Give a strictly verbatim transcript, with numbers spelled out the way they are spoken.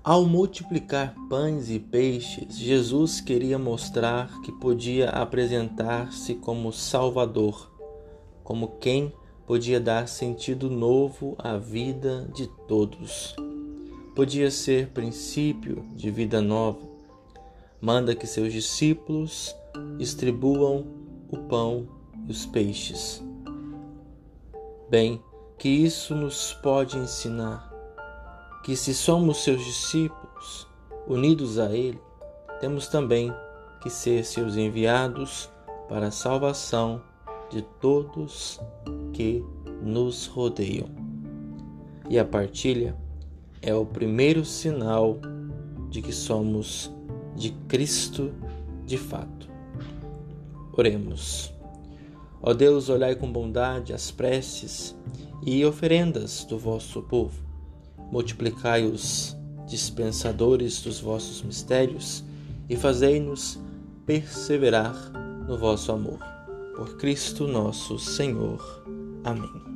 Ao multiplicar pães e peixes, Jesus queria mostrar que podia apresentar-se como Salvador, como quem podia dar sentido novo à vida de todos. Podia ser princípio de vida nova. Manda que seus discípulos distribuam o pão e os peixes. Bem, que isso nos pode ensinar que se somos seus discípulos, unidos a Ele, temos também que ser seus enviados para a salvação de todos que nos rodeiam. E a partilha é o primeiro sinal de que somos de Cristo de fato. Oremos. Ó Deus, olhai com bondade as preces e oferendas do vosso povo. Multiplicai os dispensadores dos vossos mistérios e fazei-nos perseverar no vosso amor. Por Cristo nosso Senhor. Amém.